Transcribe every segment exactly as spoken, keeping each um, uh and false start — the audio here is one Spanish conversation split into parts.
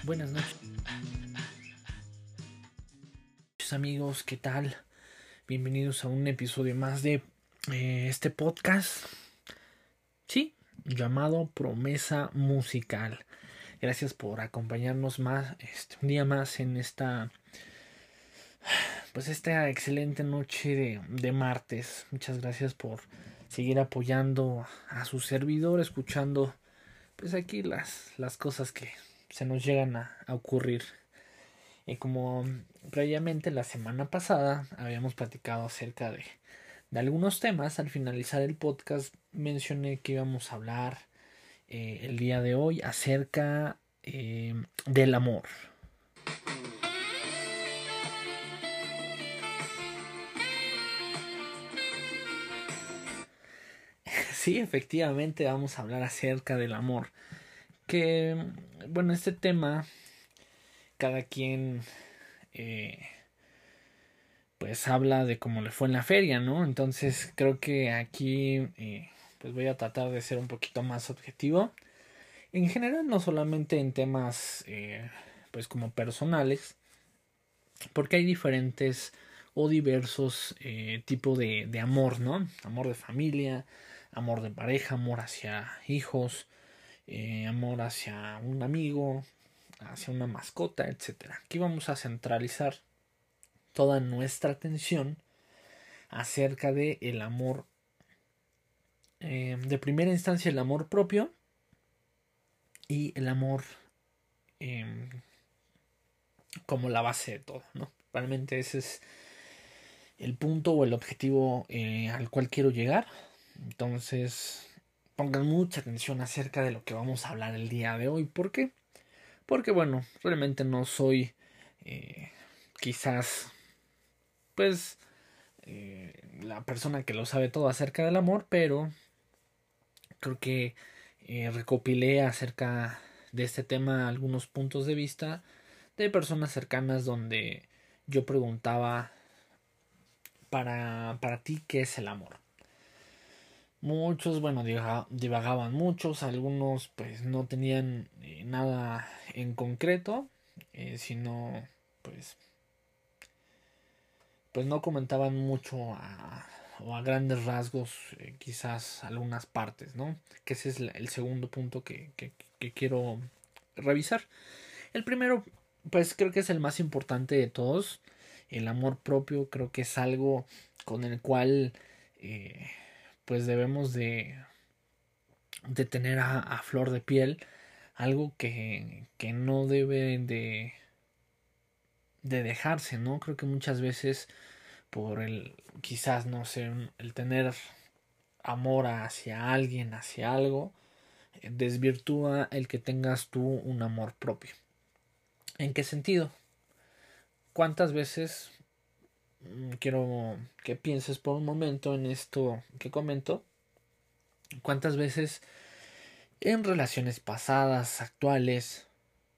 Buenas noches amigos, ¿qué tal? Bienvenidos a un episodio más de eh, este podcast, sí, llamado Promesa Musical. Gracias por acompañarnos más, este, un día más en esta, pues esta excelente noche de, de martes. Muchas gracias por seguir apoyando a su servidor, escuchando pues aquí las, las cosas que se nos llegan a, a ocurrir. Y como previamente la semana pasada habíamos platicado acerca de, de algunos temas, al finalizar el podcast mencioné que íbamos a hablar eh, el día de hoy acerca eh, del amor. Sí, efectivamente vamos a hablar acerca del amor. Que, bueno, este tema, cada quien eh, pues habla de cómo le fue en la feria, ¿no? Entonces creo que aquí eh, pues voy a tratar de ser un poquito más objetivo. En general, no solamente en temas eh, pues como personales, porque hay diferentes o diversos eh, tipos de, de amor, ¿no? Amor de familia, amor de pareja, amor hacia hijos, eh, amor hacia un amigo, hacia una mascota, etcétera. Aquí vamos a centralizar toda nuestra atención acerca de el amor, eh, de primera instancia el amor propio y el amor eh, como la base de todo, ¿no? Realmente ese es el punto o el objetivo eh, al cual quiero llegar. Entonces pongan mucha atención acerca de lo que vamos a hablar el día de hoy. ¿Por qué? Porque bueno, realmente no soy eh, quizás pues eh, la persona que lo sabe todo acerca del amor, pero creo que eh, recopilé acerca de este tema algunos puntos de vista de personas cercanas donde yo preguntaba para, para ti qué es el amor. Muchos, bueno, divagaban muchos, algunos pues no tenían eh, nada en concreto, eh, sino pues pues no comentaban mucho a, o a grandes rasgos eh, quizás algunas partes, ¿no? Que ese es el segundo punto que, que, que quiero revisar. El primero, pues creo que es el más importante de todos. El amor propio creo que es algo con el cual eh, pues debemos de, de tener a, a flor de piel. Algo que, que no debe de, de dejarse, ¿no? Creo que muchas veces por el quizás no sé, el tener amor hacia alguien, hacia algo, eh, desvirtúa el que tengas tú un amor propio. ¿En qué sentido? ¿Cuántas veces mm, quiero que pienses por un momento en esto que comento? ¿Cuántas veces en relaciones pasadas, actuales,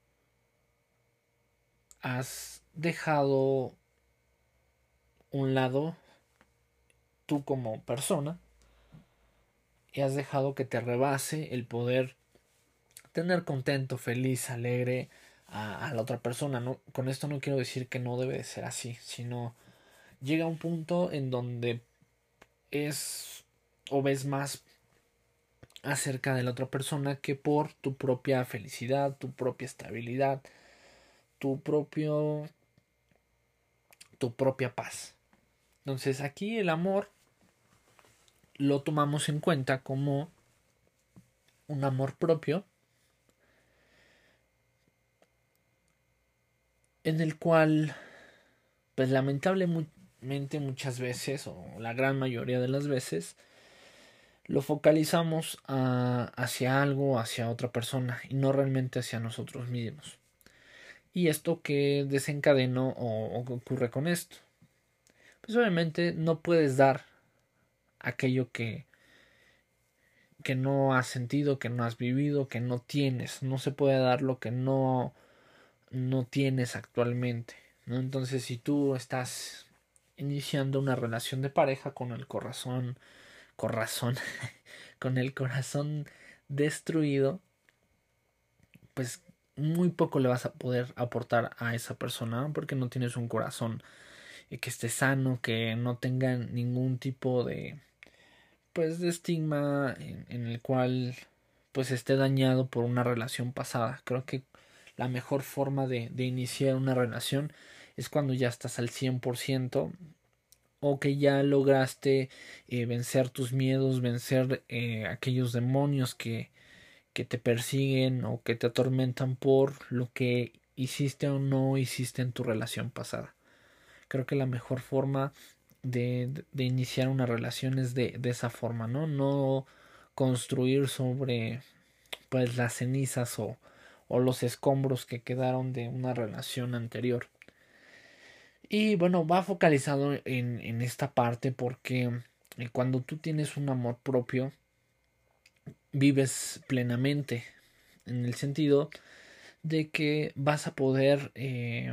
has dejado un lado tú como persona y has dejado que te rebase el poder tener contento, feliz, alegre a, a la otra persona? No, con esto no quiero decir que no debe de ser así, sino llega un punto en donde es o ves más acerca de la otra persona que por tu propia felicidad, tu propia estabilidad, tu propio tu propia paz. Entonces aquí el amor lo tomamos en cuenta como un amor propio en el cual pues lamentablemente muchas veces o la gran mayoría de las veces lo focalizamos a, hacia algo, hacia otra persona y no realmente hacia nosotros mismos. ¿Y esto qué desencadenó o, o ocurre con esto? Pues obviamente no puedes dar aquello que, que no has sentido, que no has vivido, que no tienes. No se puede dar lo que no, no tienes actualmente, ¿no? Entonces si tú estás iniciando una relación de pareja con el corazón, corazón, con el corazón destruido, pues muy poco le vas a poder aportar a esa persona porque no tienes un corazón eh, que esté sano, que no tenga ningún tipo de pues de estigma en, en el cual pues esté dañado por una relación pasada. Creo que la mejor forma de, de iniciar una relación es cuando ya estás al cien por ciento o que ya lograste eh, vencer tus miedos, vencer eh, aquellos demonios que, que te persiguen o que te atormentan por lo que hiciste o no hiciste en tu relación pasada. Creo que la mejor forma de, de iniciar una relación es de, de esa forma, ¿no? No construir sobre pues las cenizas o, o los escombros que quedaron de una relación anterior. Y bueno, va focalizado en, en esta parte porque eh, cuando tú tienes un amor propio, vives plenamente, en el sentido de que vas a poder eh,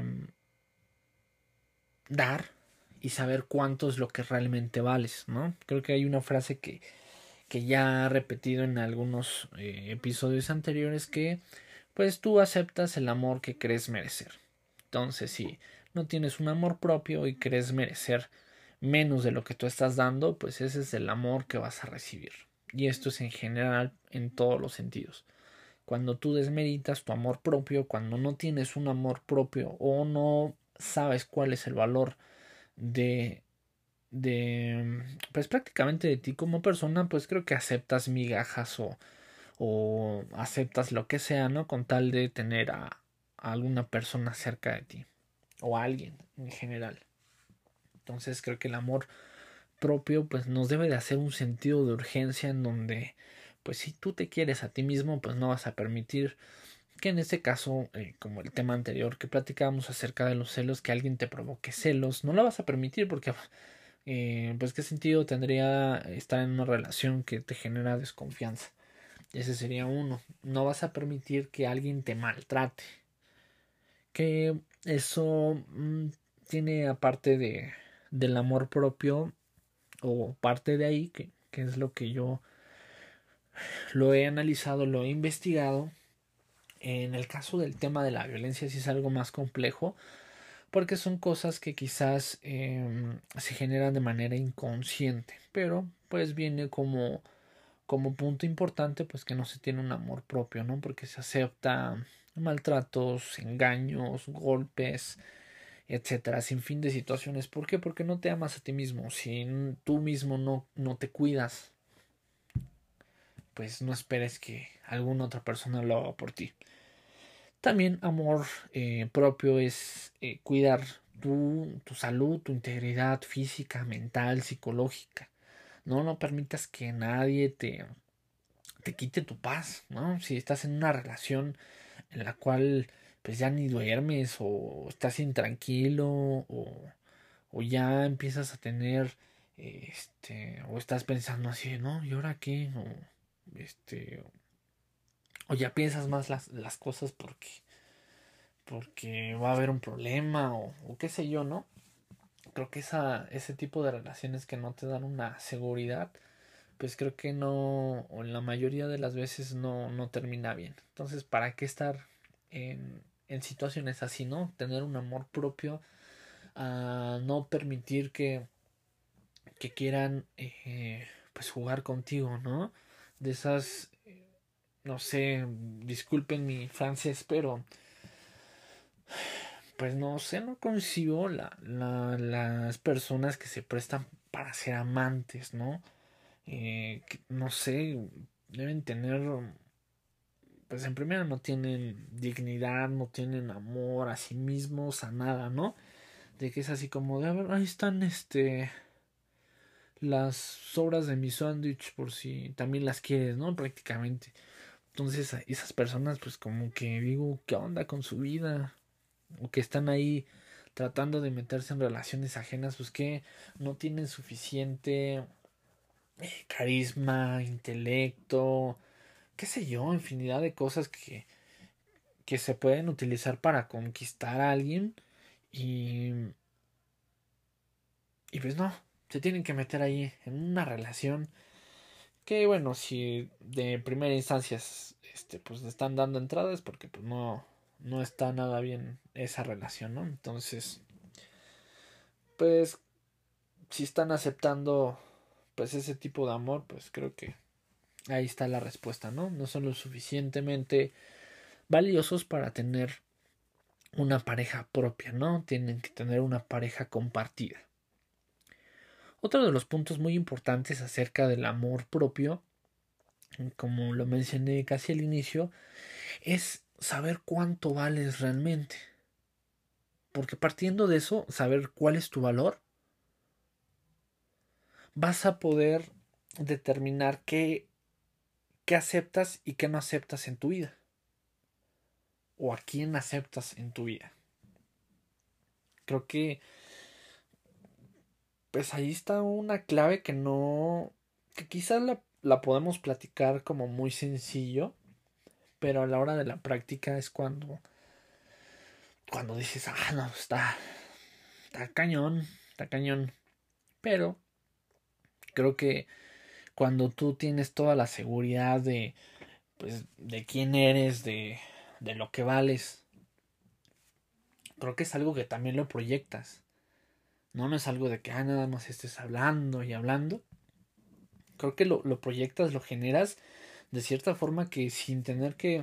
dar y saber cuánto es lo que realmente vales, ¿no? Creo que hay una frase que, que ya he repetido en algunos eh, episodios anteriores que pues tú aceptas el amor que crees merecer. Entonces, si no tienes un amor propio y crees merecer menos de lo que tú estás dando, pues ese es el amor que vas a recibir. Y esto es en general en todos los sentidos. Cuando tú desmeritas tu amor propio, cuando no tienes un amor propio o no sabes cuál es el valor de de pues prácticamente de ti como persona, pues creo que aceptas migajas o, o aceptas lo que sea, ¿no? Con tal de tener a, a alguna persona cerca de ti o a alguien en general. Entonces creo que el amor propio pues nos debe de hacer un sentido de urgencia en donde pues si tú te quieres a ti mismo pues no vas a permitir que en este caso eh, como el tema anterior que platicábamos acerca de los celos, que alguien te provoque celos, no lo vas a permitir porque eh, pues qué sentido tendría estar en una relación que te genera desconfianza. Ese sería uno. No vas a permitir que alguien te maltrate. Que eso mmm, tiene aparte de del amor propio o parte de ahí que, que es lo que yo lo he analizado, lo he investigado. En el caso del tema de la violencia sí es algo más complejo porque son cosas que quizás eh, se generan de manera inconsciente, pero pues viene como como punto importante pues que no se tiene un amor propio, ¿no? Porque se acepta maltratos, engaños, golpes, etcétera, sin fin de situaciones. ¿Por qué? Porque no te amas a ti mismo. Si tú mismo no, no te cuidas, pues no esperes que alguna otra persona lo haga por ti. También amor eh, propio es eh, cuidar tu, tu salud, tu integridad física, mental, psicológica. No, no permitas que nadie te, te quite tu paz, ¿no? Si estás en una relación en la cual pues ya ni duermes o estás intranquilo o, o ya empiezas a tener este o estás pensando así, ¿no? ¿Y ahora qué? O este o ya piensas más las, las cosas porque porque va a haber un problema o, o qué sé yo, ¿no? Creo que esa, ese tipo de relaciones que no te dan una seguridad, pues creo que no, o en la mayoría de las veces no, no termina bien. Entonces, ¿para qué estar en, en situaciones así, no? Tener un amor propio, a no permitir que, que quieran, eh, pues, jugar contigo, ¿no? De esas, no sé, disculpen mi francés, pero pues no sé, no concibo la, la, las personas que se prestan para ser amantes, ¿no? Eh, que, no sé, deben tener, pues en primera no tienen dignidad, no tienen amor a sí mismos, a nada, ¿no? De que es así como de, a ver, ahí están, este, las sobras de mi sándwich por si también las quieres, ¿no? Prácticamente. Entonces, esas personas, pues como que digo, ¿qué onda con su vida? O que están ahí tratando de meterse en relaciones ajenas, pues que no tienen suficiente eh, carisma, intelecto, qué sé yo, infinidad de cosas que, que se pueden utilizar para conquistar a alguien y, y pues no, se tienen que meter ahí en una relación que bueno, si de primera instancia este, pues le están dando entradas porque pues no, no está nada bien esa relación, ¿no? Entonces, pues, si están aceptando, pues, ese tipo de amor, pues creo que ahí está la respuesta, ¿no? No son lo suficientemente valiosos para tener una pareja propia, ¿no? Tienen que tener una pareja compartida. Otro de los puntos muy importantes acerca del amor propio, como lo mencioné casi al inicio, es saber cuánto vales realmente. Porque partiendo de eso, saber cuál es tu valor, vas a poder determinar qué, qué aceptas y qué no aceptas en tu vida. O a quién aceptas en tu vida. Creo que pues ahí está una clave que no, que quizás la, la podemos platicar como muy sencillo, pero a la hora de la práctica es cuando, cuando dices, ah, no, está, está cañón, está cañón. Pero creo que cuando tú tienes toda la seguridad de, pues, de quién eres, de, de lo que vales, creo que es algo que también lo proyectas. No, no es algo de que ah, nada más estés hablando y hablando. Creo que lo, lo proyectas, lo generas de cierta forma que sin tener que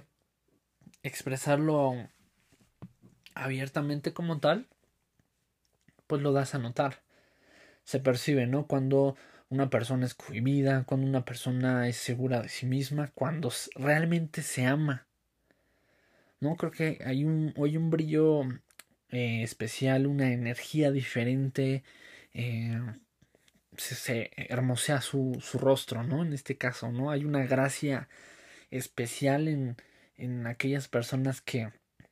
expresarlo abiertamente como tal, pues lo das a notar. Se percibe, ¿no? Cuando una persona es cohibida, cuando una persona es segura de sí misma, cuando realmente se ama. ¿No? Creo que hay un, hay un brillo eh, especial, una energía diferente. Eh, se, se hermosea su, su rostro, ¿no? En este caso, ¿no? Hay una gracia especial en, en aquellas personas que,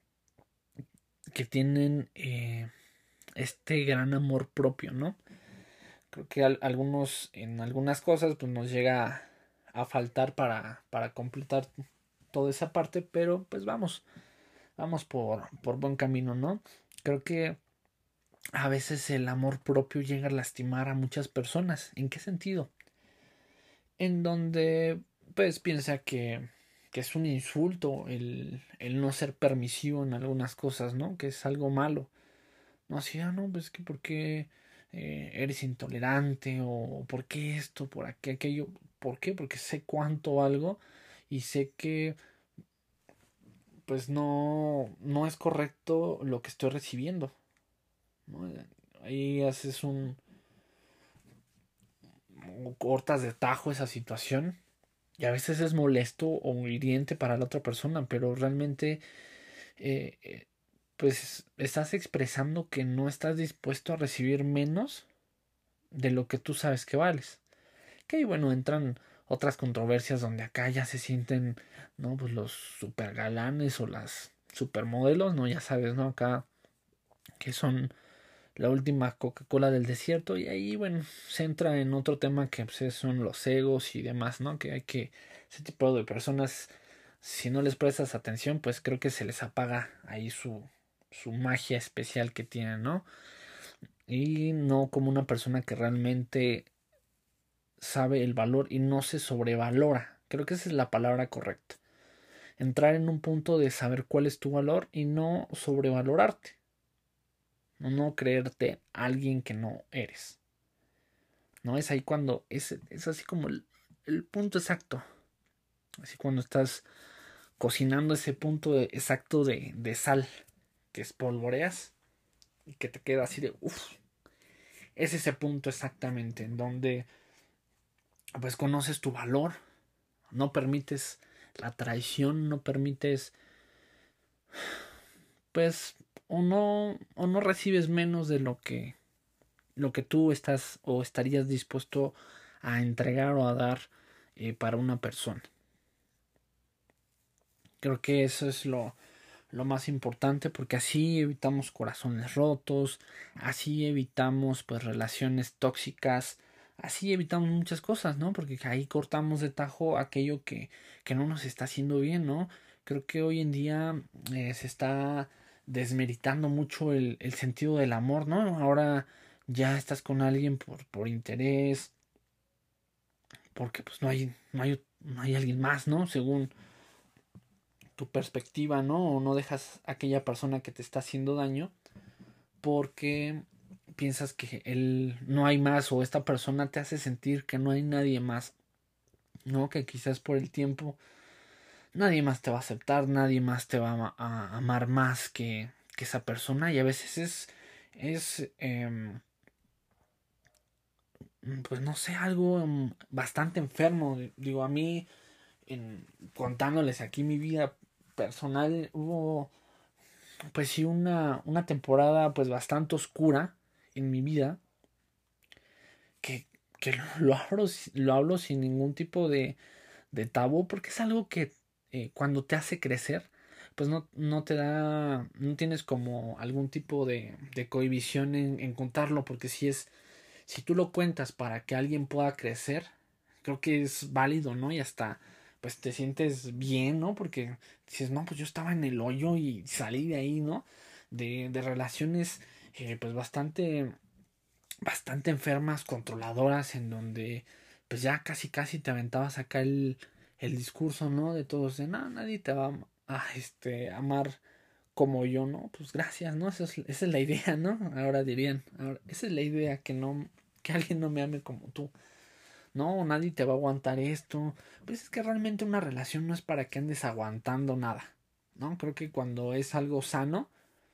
que tienen eh, este gran amor propio, ¿no? Creo que al, algunos, en algunas cosas, pues nos llega a, a faltar para, para completar toda esa parte, pero pues vamos, vamos por, por buen camino, ¿no? Creo que a veces el amor propio llega a lastimar a muchas personas. ¿En qué sentido? En donde pues piensa que, que es un insulto el, el no ser permisivo en algunas cosas, ¿no? Que es algo malo. No, así, ah, no, pues que por qué eh, eres intolerante o por qué esto, por qué aquello. ¿Por qué? Porque sé cuánto algo y sé que pues no, no es correcto lo que estoy recibiendo, ¿no? Ahí haces un, cortas de tajo esa situación y a veces es molesto o hiriente para la otra persona, pero realmente eh, eh, pues estás expresando que no estás dispuesto a recibir menos de lo que tú sabes que vales. Que ahí bueno, entran otras controversias donde acá ya se sienten, ¿no? Pues los super galanes o las supermodelos, ¿no? Ya sabes, ¿no? Acá que son la última Coca-Cola del desierto y ahí bueno se entra en otro tema que pues, son los egos y demás, ¿no? Que hay que ese tipo de personas si no les prestas atención pues creo que se les apaga ahí su su magia especial que tienen, ¿no? Y no como una persona que realmente sabe el valor y no se sobrevalora. Creo que esa es la palabra correcta. Entrar en un punto de saber cuál es tu valor y no sobrevalorarte. No creerte alguien que no eres. ¿No? Es ahí cuando es, es así como el, el punto exacto. Así cuando estás cocinando ese punto de- exacto de, de sal que espolvoreas y que te queda así de uff. Es ese punto exactamente en donde pues conoces tu valor, no permites la traición, no permites pues o no o no recibes menos de lo que lo que tú estás o estarías dispuesto a entregar o a dar eh, para una persona. Creo que eso es lo, lo más importante porque así evitamos corazones rotos, así evitamos pues relaciones tóxicas, así evitamos muchas cosas, ¿no? Porque ahí cortamos de tajo aquello que, que no nos está haciendo bien, ¿no? Creo que hoy en día eh, se está desmeritando mucho el, el sentido del amor, ¿no? Ahora ya estás con alguien por, por interés, porque pues no hay, no hay, no hay alguien más, ¿no? Según tu perspectiva, ¿no? O no dejas a aquella persona que te está haciendo daño porque piensas que él no hay más o esta persona te hace sentir que no hay nadie más, ¿no? Que quizás por el tiempo nadie más te va a aceptar, nadie más te va a, a amar más que, que esa persona y a veces es, es eh, pues no sé, algo um, bastante enfermo. Digo, a mí, en, contándoles aquí mi vida personal, hubo pues sí una, una temporada pues bastante oscura en mi vida que, que lo, hablo, lo hablo sin ningún tipo de, de tabú porque es algo que eh, cuando te hace crecer pues no, no te da, no tienes como algún tipo de, de cohibición en, en contarlo porque si es, si tú lo cuentas para que alguien pueda crecer, creo que es válido, ¿no? Y hasta pues te sientes bien, ¿no? Porque dices, no, pues yo estaba en el hoyo y salí de ahí, ¿no? De, de relaciones eh, pues bastante bastante enfermas, controladoras, en donde pues ya casi casi te aventabas acá el, el discurso, ¿no? De todos, de no, nadie te va a, a, este, amar como yo, ¿no? Pues gracias, ¿no? Esa es, esa es la idea, ¿no? Ahora dirían, ahora, esa es la idea, que no, que alguien no me ame como tú. No, nadie te va a aguantar esto. Pues es que realmente una relación no es para que andes aguantando nada, ¿no? Creo que cuando es algo sano,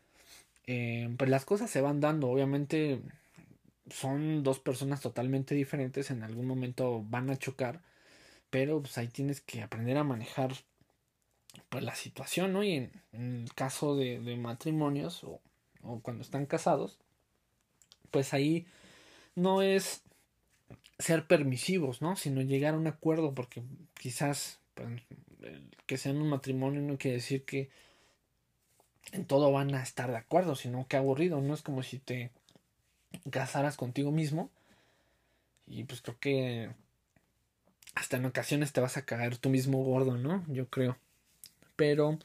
eh, pues las cosas se van dando. Obviamente son dos personas totalmente diferentes, en algún momento van a chocar, pero pues ahí tienes que aprender a manejar pues la situación, ¿no? Y en, en el caso de, de matrimonios o, o cuando están casados, pues ahí no es ser permisivos, ¿no? Sino llegar a un acuerdo, porque quizás pues, que sea en un matrimonio no quiere decir que en todo van a estar de acuerdo, sino que aburrido, no es como si te casaras contigo mismo y pues creo que hasta en ocasiones te vas a caer tú mismo gordo, ¿no? Yo creo. Pero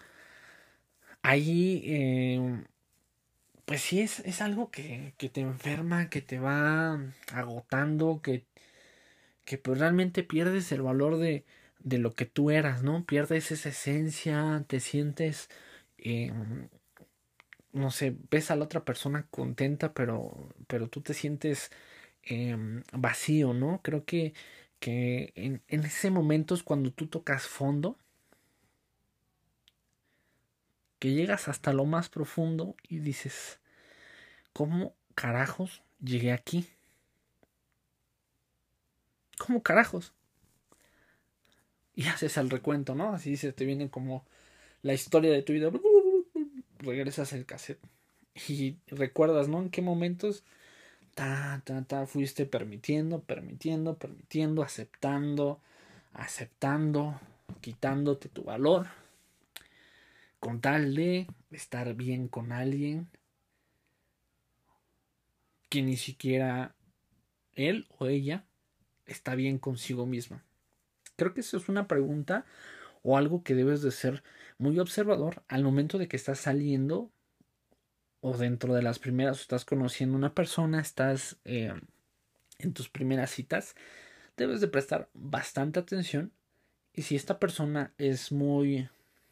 ahí, eh, pues sí es, es algo que, que te enferma, que te va agotando, que, que pues realmente pierdes el valor de, de lo que tú eras, ¿no? Pierdes esa esencia, te sientes, eh, no sé, ves a la otra persona contenta, pero, pero tú te sientes eh, vacío, ¿no? Creo que, que en, en ese momento es cuando tú tocas fondo, que llegas hasta lo más profundo y dices, ¿cómo carajos llegué aquí? ¿Cómo carajos? Y haces el recuento, ¿no? Así se te viene como la historia de tu vida. Regresas el cassette y recuerdas, ¿no? En qué momentos ta, ta, ta, fuiste permitiendo, permitiendo, permitiendo, aceptando, aceptando, quitándote tu valor, con tal de estar bien con alguien que ni siquiera él o ella está bien consigo misma. Creo que eso es una pregunta o algo que debes de ser muy observador al momento de que estás saliendo o dentro de las primeras, estás conociendo a una persona, estás eh, en tus primeras citas, debes de prestar bastante atención y si esta persona es muy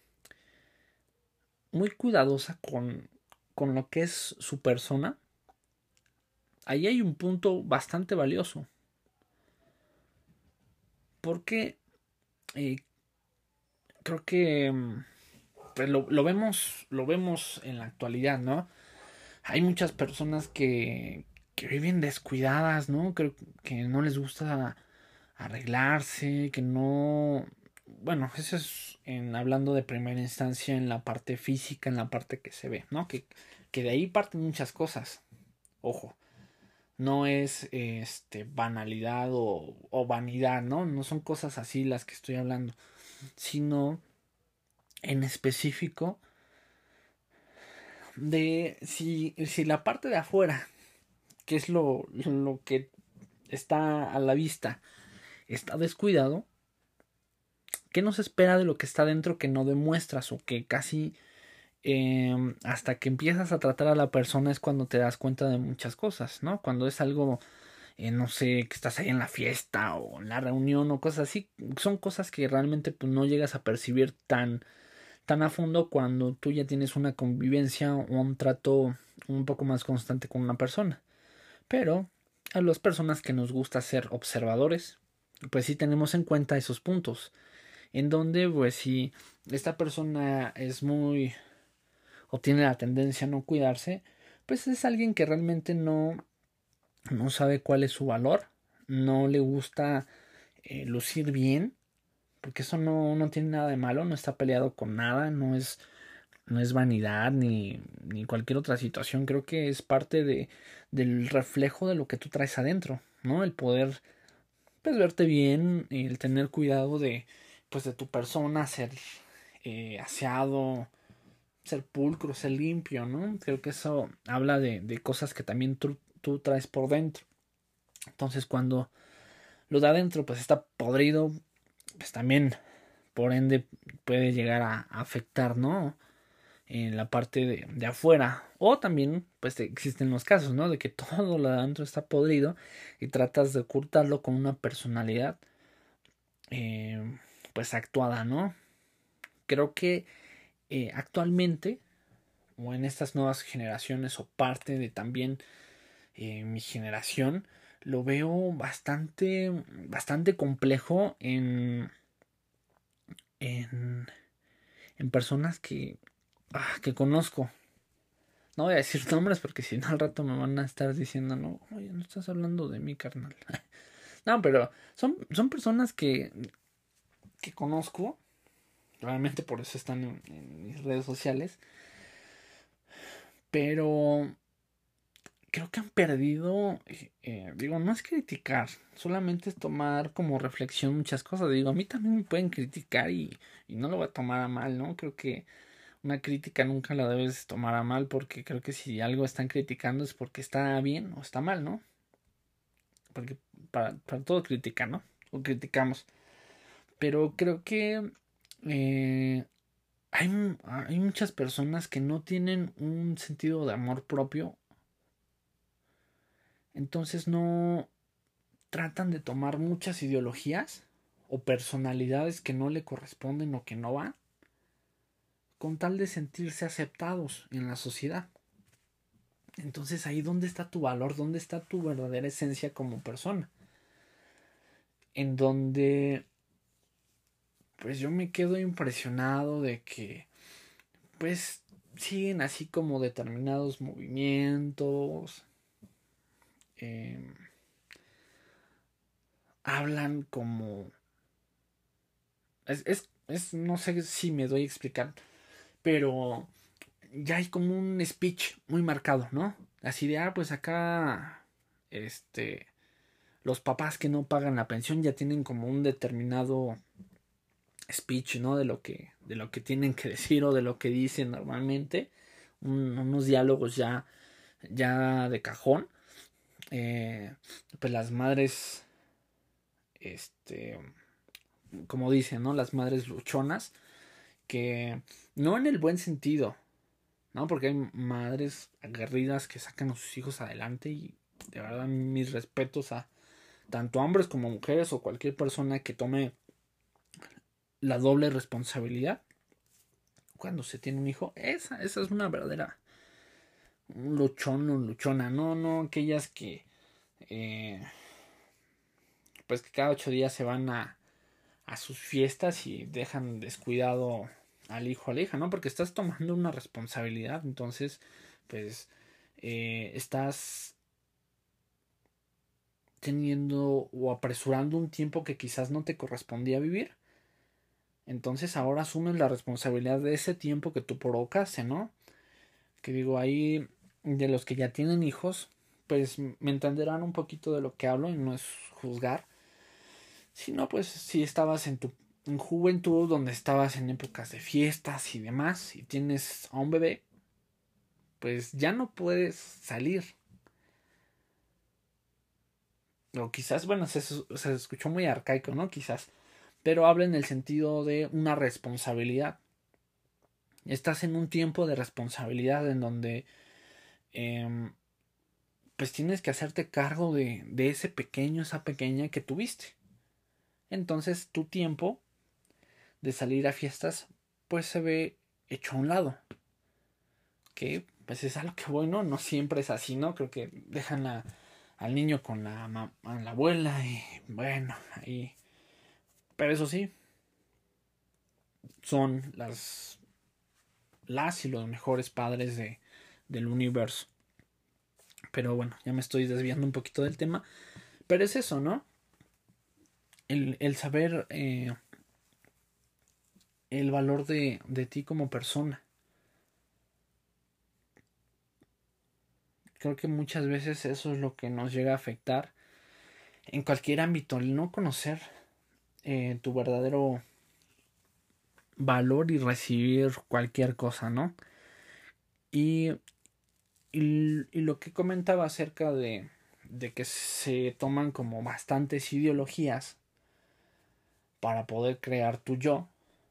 muy cuidadosa con, con lo que es su persona, ahí hay un punto bastante valioso porque eh, creo que pues lo, lo vemos lo vemos en la actualidad, ¿no? Hay muchas personas que, que viven descuidadas, ¿no? Creo que no les gusta arreglarse, que no... Bueno, eso es en, hablando de primera instancia en la parte física, en la parte que se ve, ¿no? Que, que de ahí parten muchas cosas. Ojo, no es este banalidad o, o vanidad, ¿no? No son cosas así las que estoy hablando, sino en específico de si, si la parte de afuera, que es lo, lo que está a la vista, está descuidado, ¿qué nos espera de lo que está dentro que no demuestras o que casi eh, hasta que empiezas a tratar a la persona es cuando te das cuenta de muchas cosas, ¿no? Cuando es algo, eh, no sé, que estás ahí en la fiesta o en la reunión o cosas así, son cosas que realmente pues, no llegas a percibir tan, tan a fondo cuando tú ya tienes una convivencia o un trato un poco más constante con una persona. Pero a las personas que nos gusta ser observadores, pues sí tenemos en cuenta esos puntos. En donde, pues si esta persona es muy o tiene la tendencia a no cuidarse, pues es alguien que realmente no, no sabe cuál es su valor, no le gusta eh, lucir bien, porque eso no, no tiene nada de malo, no está peleado con nada, no es, no es vanidad ni, ni cualquier otra situación, creo que es parte de, del reflejo de lo que tú traes adentro, ¿no? El poder pues verte bien, el tener cuidado de pues de tu persona, ser eh, aseado, ser pulcro, ser limpio, ¿no? Creo que eso habla de, de cosas que también tú, tú traes por dentro. Entonces cuando lo de adentro pues está podrido, pues también por ende puede llegar a, a afectar, ¿no? En la parte de, de afuera. O también, pues existen los casos, ¿no? De que todo lo de adentro está podrido y tratas de ocultarlo con una personalidad, eh, pues actuada, ¿no? Creo que eh, actualmente, o en estas nuevas generaciones, o parte de también eh, mi generación, lo veo bastante, bastante complejo en, en, en personas que, ah, que conozco. No voy a decir nombres porque si no al rato me van a estar diciendo, no, oye, no estás hablando de mi carnal. No, pero son, son personas que, que conozco, realmente por eso están en, en mis redes sociales, pero creo que han perdido, eh, eh, digo, no es criticar, solamente es tomar como reflexión muchas cosas. Digo, a mí también me pueden criticar y, y no lo voy a tomar a mal, ¿no? Creo que una crítica nunca la debes tomar a mal porque creo que si algo están criticando es porque está bien o está mal, ¿no? Porque para, para todo critican, ¿no? O criticamos. Pero creo que eh, hay, hay muchas personas que no tienen un sentido de amor propio. Entonces no tratan de tomar muchas ideologías o personalidades que no le corresponden o que no van, con tal de sentirse aceptados en la sociedad. Entonces ahí dónde está tu valor, dónde está tu verdadera esencia como persona. En donde pues yo me quedo impresionado de que pues siguen así como determinados movimientos, eh, hablan como es, es, es, no sé si me doy a explicar, pero ya hay como un speech muy marcado, ¿no? Así de, ah, pues acá, este, los papás que no pagan la pensión ya tienen como un determinado speech, ¿no? De lo que, de lo que tienen que decir o de lo que dicen normalmente, un, unos diálogos ya, ya de cajón. Eh, pues las madres, este, como dicen, ¿no? Las madres luchonas, que no en el buen sentido, ¿no? Porque hay madres aguerridas que sacan a sus hijos adelante y de verdad mis respetos a tanto hombres como mujeres o cualquier persona que tome la doble responsabilidad cuando se tiene un hijo. Esa, esa es una verdadera un luchón o luchona, no, no aquellas que eh, pues que cada ocho días se van a, a sus fiestas y dejan descuidado al hijo o a la hija, ¿no? Porque estás tomando una responsabilidad, entonces pues eh, estás teniendo o apresurando un tiempo que quizás no te correspondía vivir. Entonces ahora asumes la responsabilidad de ese tiempo que tú provocaste, ¿no? Que digo, ahí de los que ya tienen hijos, pues me entenderán un poquito de lo que hablo y no es juzgar. Si no, pues si estabas en tu en juventud, donde estabas en épocas de fiestas y demás, y tienes a un bebé, pues ya no puedes salir. O quizás, bueno, se, se escuchó muy arcaico, ¿no? Quizás. Pero habla en el sentido de una responsabilidad. Estás en un tiempo de responsabilidad en donde eh, pues tienes que hacerte cargo de, de ese pequeño, esa pequeña que tuviste. Entonces tu tiempo de salir a fiestas pues se ve hecho a un lado. Que pues es a lo que voy, ¿no? No siempre es así, ¿no? Creo que dejan a, al niño con la, la abuela y bueno, ahí. Pero eso sí, son las, las y los mejores padres de, del universo. Pero bueno, ya me estoy desviando un poquito del tema. Pero es eso, ¿no? El, el saber eh, el valor de, de ti como persona. Creo que muchas veces eso es lo que nos llega a afectar en cualquier ámbito, el no conocer eh, tu verdadero valor y recibir cualquier cosa, ¿no? Y, y, y lo que comentaba acerca de, de que se toman como bastantes ideologías para poder crear tu yo,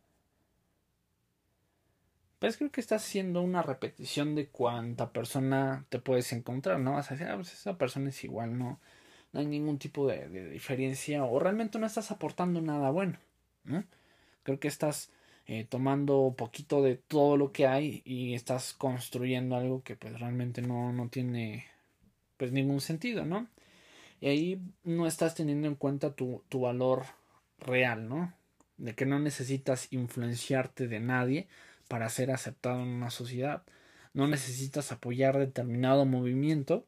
pues creo que estás haciendo una repetición de cuánta persona te puedes encontrar, ¿no? Vas a decir, ah, pues esa persona es igual, ¿no? No hay ningún tipo de, de diferencia o realmente no estás aportando nada bueno, ¿no? Creo que estás eh, tomando poquito de todo lo que hay y estás construyendo algo que pues realmente no, no tiene pues ningún sentido, ¿no? Y ahí no estás teniendo en cuenta tu, tu valor real, ¿no? De que no necesitas influenciarte de nadie para ser aceptado en una sociedad. No necesitas apoyar determinado movimiento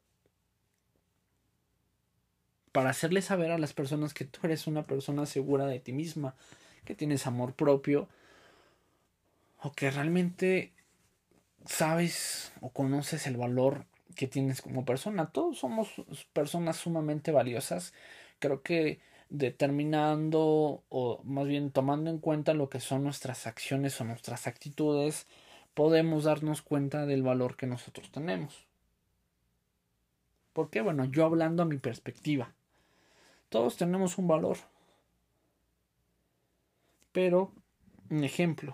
para hacerle saber a las personas que tú eres una persona segura de ti misma, que tienes amor propio o que realmente sabes o conoces el valor que tienes como persona. Todos somos personas sumamente valiosas. Creo que determinando o más bien tomando en cuenta lo que son nuestras acciones o nuestras actitudes, podemos darnos cuenta del valor que nosotros tenemos. Porque bueno, yo hablando a mi perspectiva, todos tenemos un valor. Pero, un ejemplo,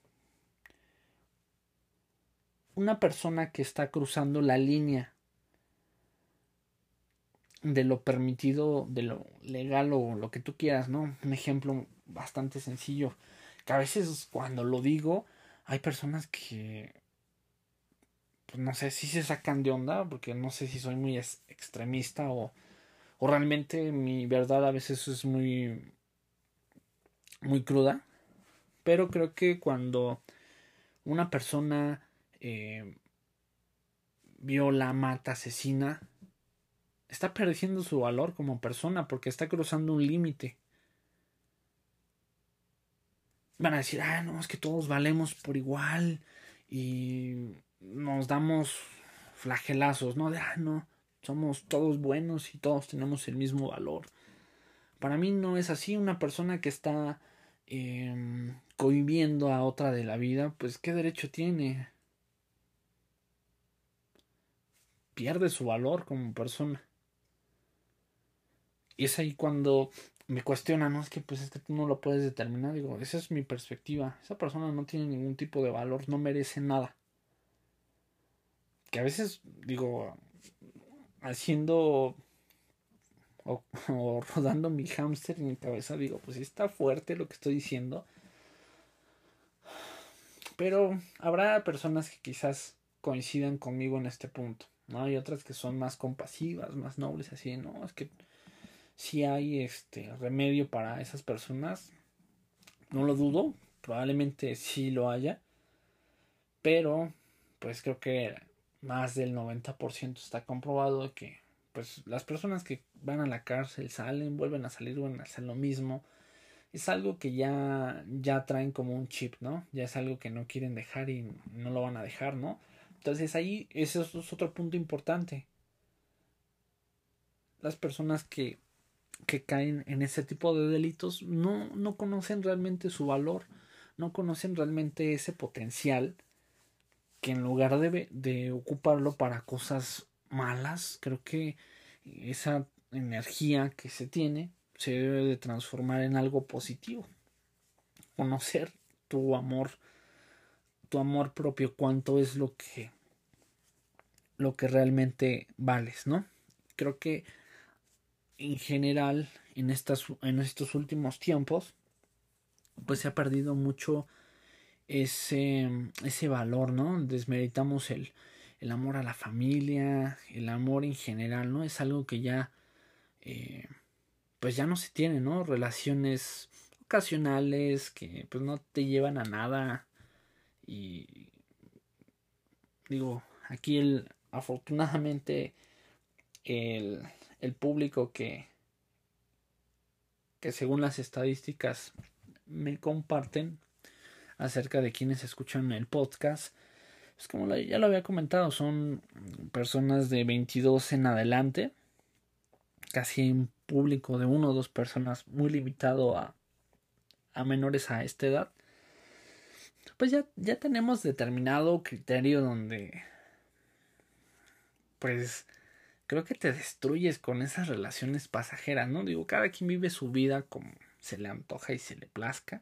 una persona que está cruzando la línea de lo permitido, de lo legal o lo que tú quieras, ¿no? Un ejemplo bastante sencillo, que a veces cuando lo digo, hay personas que, pues no sé si se sacan de onda, porque no sé si soy muy extremista o, o realmente mi verdad a veces es muy, muy cruda, pero creo que cuando una persona eh, viola, mata, asesina, está perdiendo su valor como persona porque está cruzando un límite. Van a decir, ah, no, es que todos valemos por igual y nos damos flagelazos, ¿no? De, ah, no, somos todos buenos y todos tenemos el mismo valor. Para mí no es así. Una persona que está eh, cohibiendo a otra de la vida, pues ¿qué derecho tiene? Pierde su valor como persona. Y es ahí cuando me cuestionan, no, es que pues es que tú no lo puedes determinar. Digo, esa es mi perspectiva. Esa persona no tiene ningún tipo de valor, no merece nada. Que a veces, digo, haciendo o, o rodando mi hámster en mi cabeza, digo, pues sí está fuerte lo que estoy diciendo. Pero habrá personas que quizás coincidan conmigo en este punto, ¿no? Hay otras que son más compasivas, más nobles, así, ¿no? Es que si hay este remedio para esas personas, no lo dudo, probablemente sí lo haya, pero pues creo que más del noventa por ciento está comprobado que pues las personas que van a la cárcel salen, vuelven a salir, vuelven a hacer lo mismo. Es algo que ya, ya traen como un chip, ¿no? Ya es algo que no quieren dejar y no lo van a dejar, ¿no? Entonces ahí ese es otro punto importante. Las personas que, que caen en ese tipo de delitos no, no conocen realmente su valor, no conocen realmente ese potencial que en lugar de, de ocuparlo para cosas malas, creo que esa energía que se tiene se debe de transformar en algo positivo. Conocer tu amor, tu amor propio, cuánto es lo que, lo que realmente vales, ¿no? Creo que en general en, estas, en estos últimos tiempos, pues se ha perdido mucho ese, ese valor, ¿no? Desmeritamos el, el amor a la familia, el amor en general, ¿no? Es algo que ya, eh, pues ya no se tiene, ¿no? Relaciones ocasionales que pues no te llevan a nada y digo, aquí el, afortunadamente el, el público que, que según las estadísticas me comparten acerca de quienes escuchan el podcast, pues como ya lo había comentado, son personas de veintidós en adelante, casi un público de uno o dos personas muy limitado a, a menores a esta edad. Pues ya, ya tenemos determinado criterio donde pues creo que te destruyes con esas relaciones pasajeras, ¿no? Digo, cada quien vive su vida como se le antoja y se le plazca.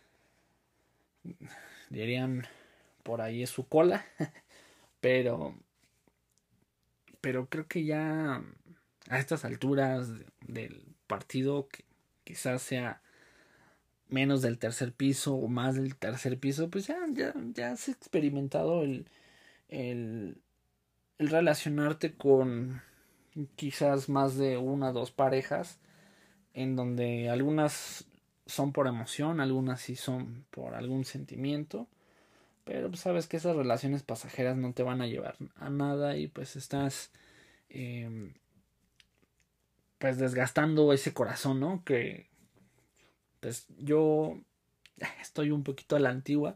Dirían, por ahí es su cola. pero, pero creo que ya a estas alturas del partido, que quizás sea menos del tercer piso o más del tercer piso, pues ya, ya, ya has experimentado el, el, el relacionarte con quizás más de una o dos parejas, en donde algunas son por emoción, algunas sí son por algún sentimiento, pero pues sabes que esas relaciones pasajeras no te van a llevar a nada y pues estás eh, pues desgastando ese corazón, ¿no? Que pues yo estoy un poquito a la antigua.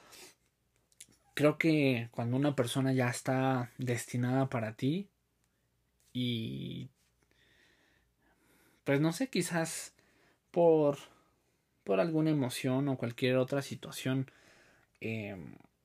Creo que cuando una persona ya está destinada para ti y pues no sé, quizás por por alguna emoción o cualquier otra situación eh,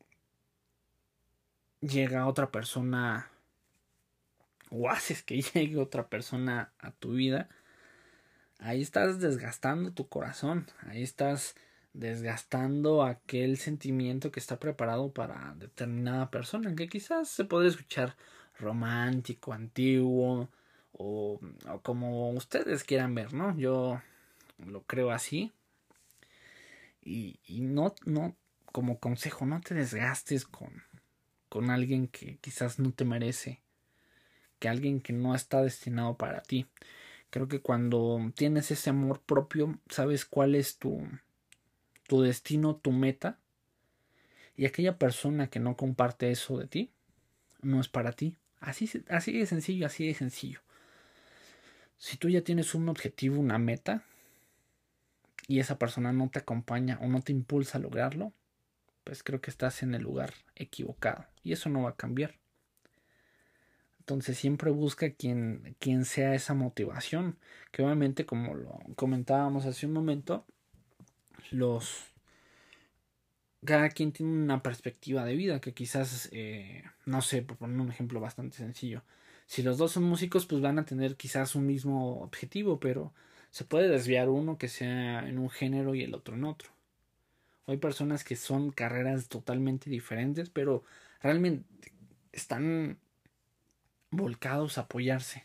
llega otra persona o haces que llegue otra persona a tu vida, ahí estás desgastando tu corazón, ahí estás desgastando aquel sentimiento que está preparado para determinada persona, que quizás se puede escuchar romántico, antiguo o, o como ustedes quieran ver, ¿no? Yo lo creo así y, y no, no, como consejo, no te desgastes con, con alguien que quizás no te merece, que alguien que no está destinado para ti. Creo que cuando tienes ese amor propio, sabes cuál es tu, tu destino, tu meta, y aquella persona que no comparte eso de ti, no es para ti. Así, así de sencillo, así de sencillo. Si tú ya tienes un objetivo, una meta, y esa persona no te acompaña o no te impulsa a lograrlo, pues creo que estás en el lugar equivocado. Y eso no va a cambiar. Entonces siempre busca quien, quien sea esa motivación. Que obviamente, como lo comentábamos hace un momento, los cada quien tiene una perspectiva de vida que quizás, eh, no sé, por poner un ejemplo bastante sencillo. Si los dos son músicos, pues van a tener quizás un mismo objetivo, pero se puede desviar uno que sea en un género y el otro en otro. Hay personas que son carreras totalmente diferentes, pero realmente están volcados a apoyarse,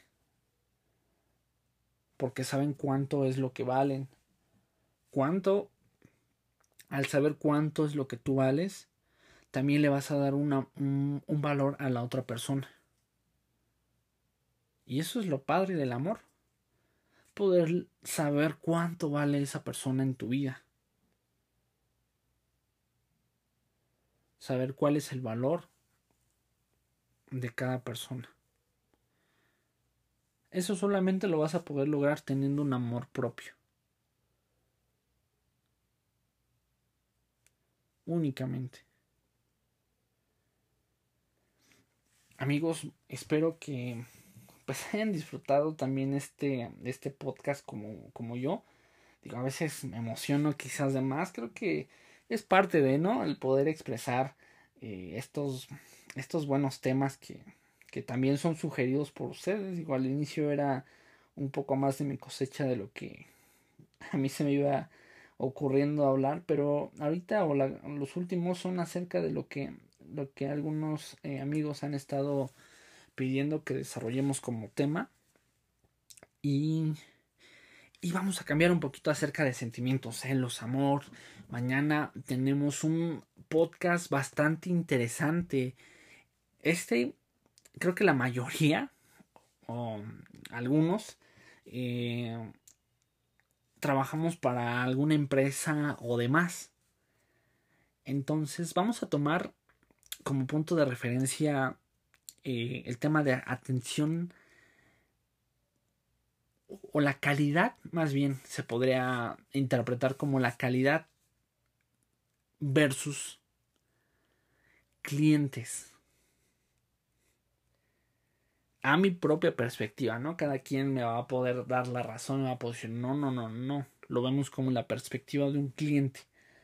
porque saben cuánto es lo que valen, cuánto, al saber cuánto es lo que tú vales, también le vas a dar una, un, un valor a la otra persona. Y eso es lo padre del amor, poder saber cuánto vale esa persona en tu vida, saber cuál es el valor de cada persona. Eso solamente lo vas a poder lograr teniendo un amor propio. Únicamente. Amigos, espero que pues hayan disfrutado también este, este podcast como, como yo. Digo, a veces me emociono quizás de más. Creo que es parte de, ¿no? El poder expresar eh, estos, estos buenos temas que, que también son sugeridos por ustedes. Digo, al inicio era un poco más de mi cosecha de lo que a mí se me iba ocurriendo hablar, pero ahorita o la, los últimos son acerca de lo que, lo que algunos eh, amigos han estado pidiendo que desarrollemos como tema y, Y vamos a cambiar un poquito acerca de sentimientos, celos, amor. Mañana tenemos un podcast bastante interesante. Este, creo que la mayoría, o algunos, eh, trabajamos para alguna empresa o demás. Entonces vamos a tomar como punto de referencia eh, el tema de atención o la calidad, más bien se podría interpretar como la calidad versus clientes. A mi propia perspectiva, ¿no? Cada quien me va a poder dar la razón, me va a poder decir, no, no, no, no. Lo vemos como la perspectiva de un cliente.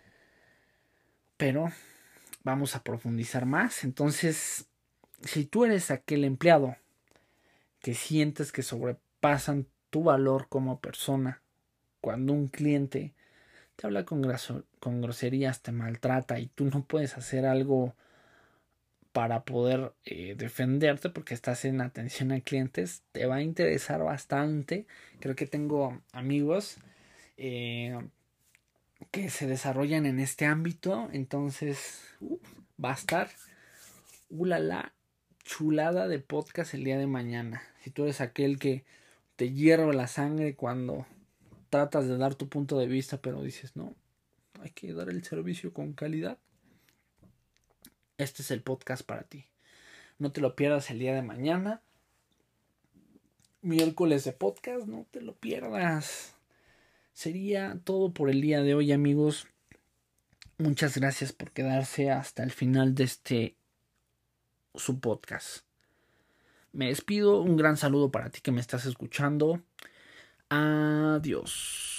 Pero vamos a profundizar más. Entonces, si tú eres aquel empleado que sientes que sobrepasan tu valor como persona, cuando un cliente te habla con, graso, con groserías, te maltrata y tú no puedes hacer algo para poder eh, defenderte porque estás en atención a clientes, te va a interesar bastante. Creo que tengo amigos eh, que se desarrollan en este ámbito, entonces uh, va a estar ulala, chulada de podcast el día de mañana. Si tú eres aquel que te hierve la sangre cuando tratas de dar tu punto de vista, pero dices, no, hay que dar el servicio con calidad, este es el podcast para ti. No te lo pierdas el día de mañana. Miércoles de podcast, no te lo pierdas. Sería todo por el día de hoy, amigos. Muchas gracias por quedarse hasta el final de este su podcast. Me despido. Un gran saludo para ti que me estás escuchando. Adiós.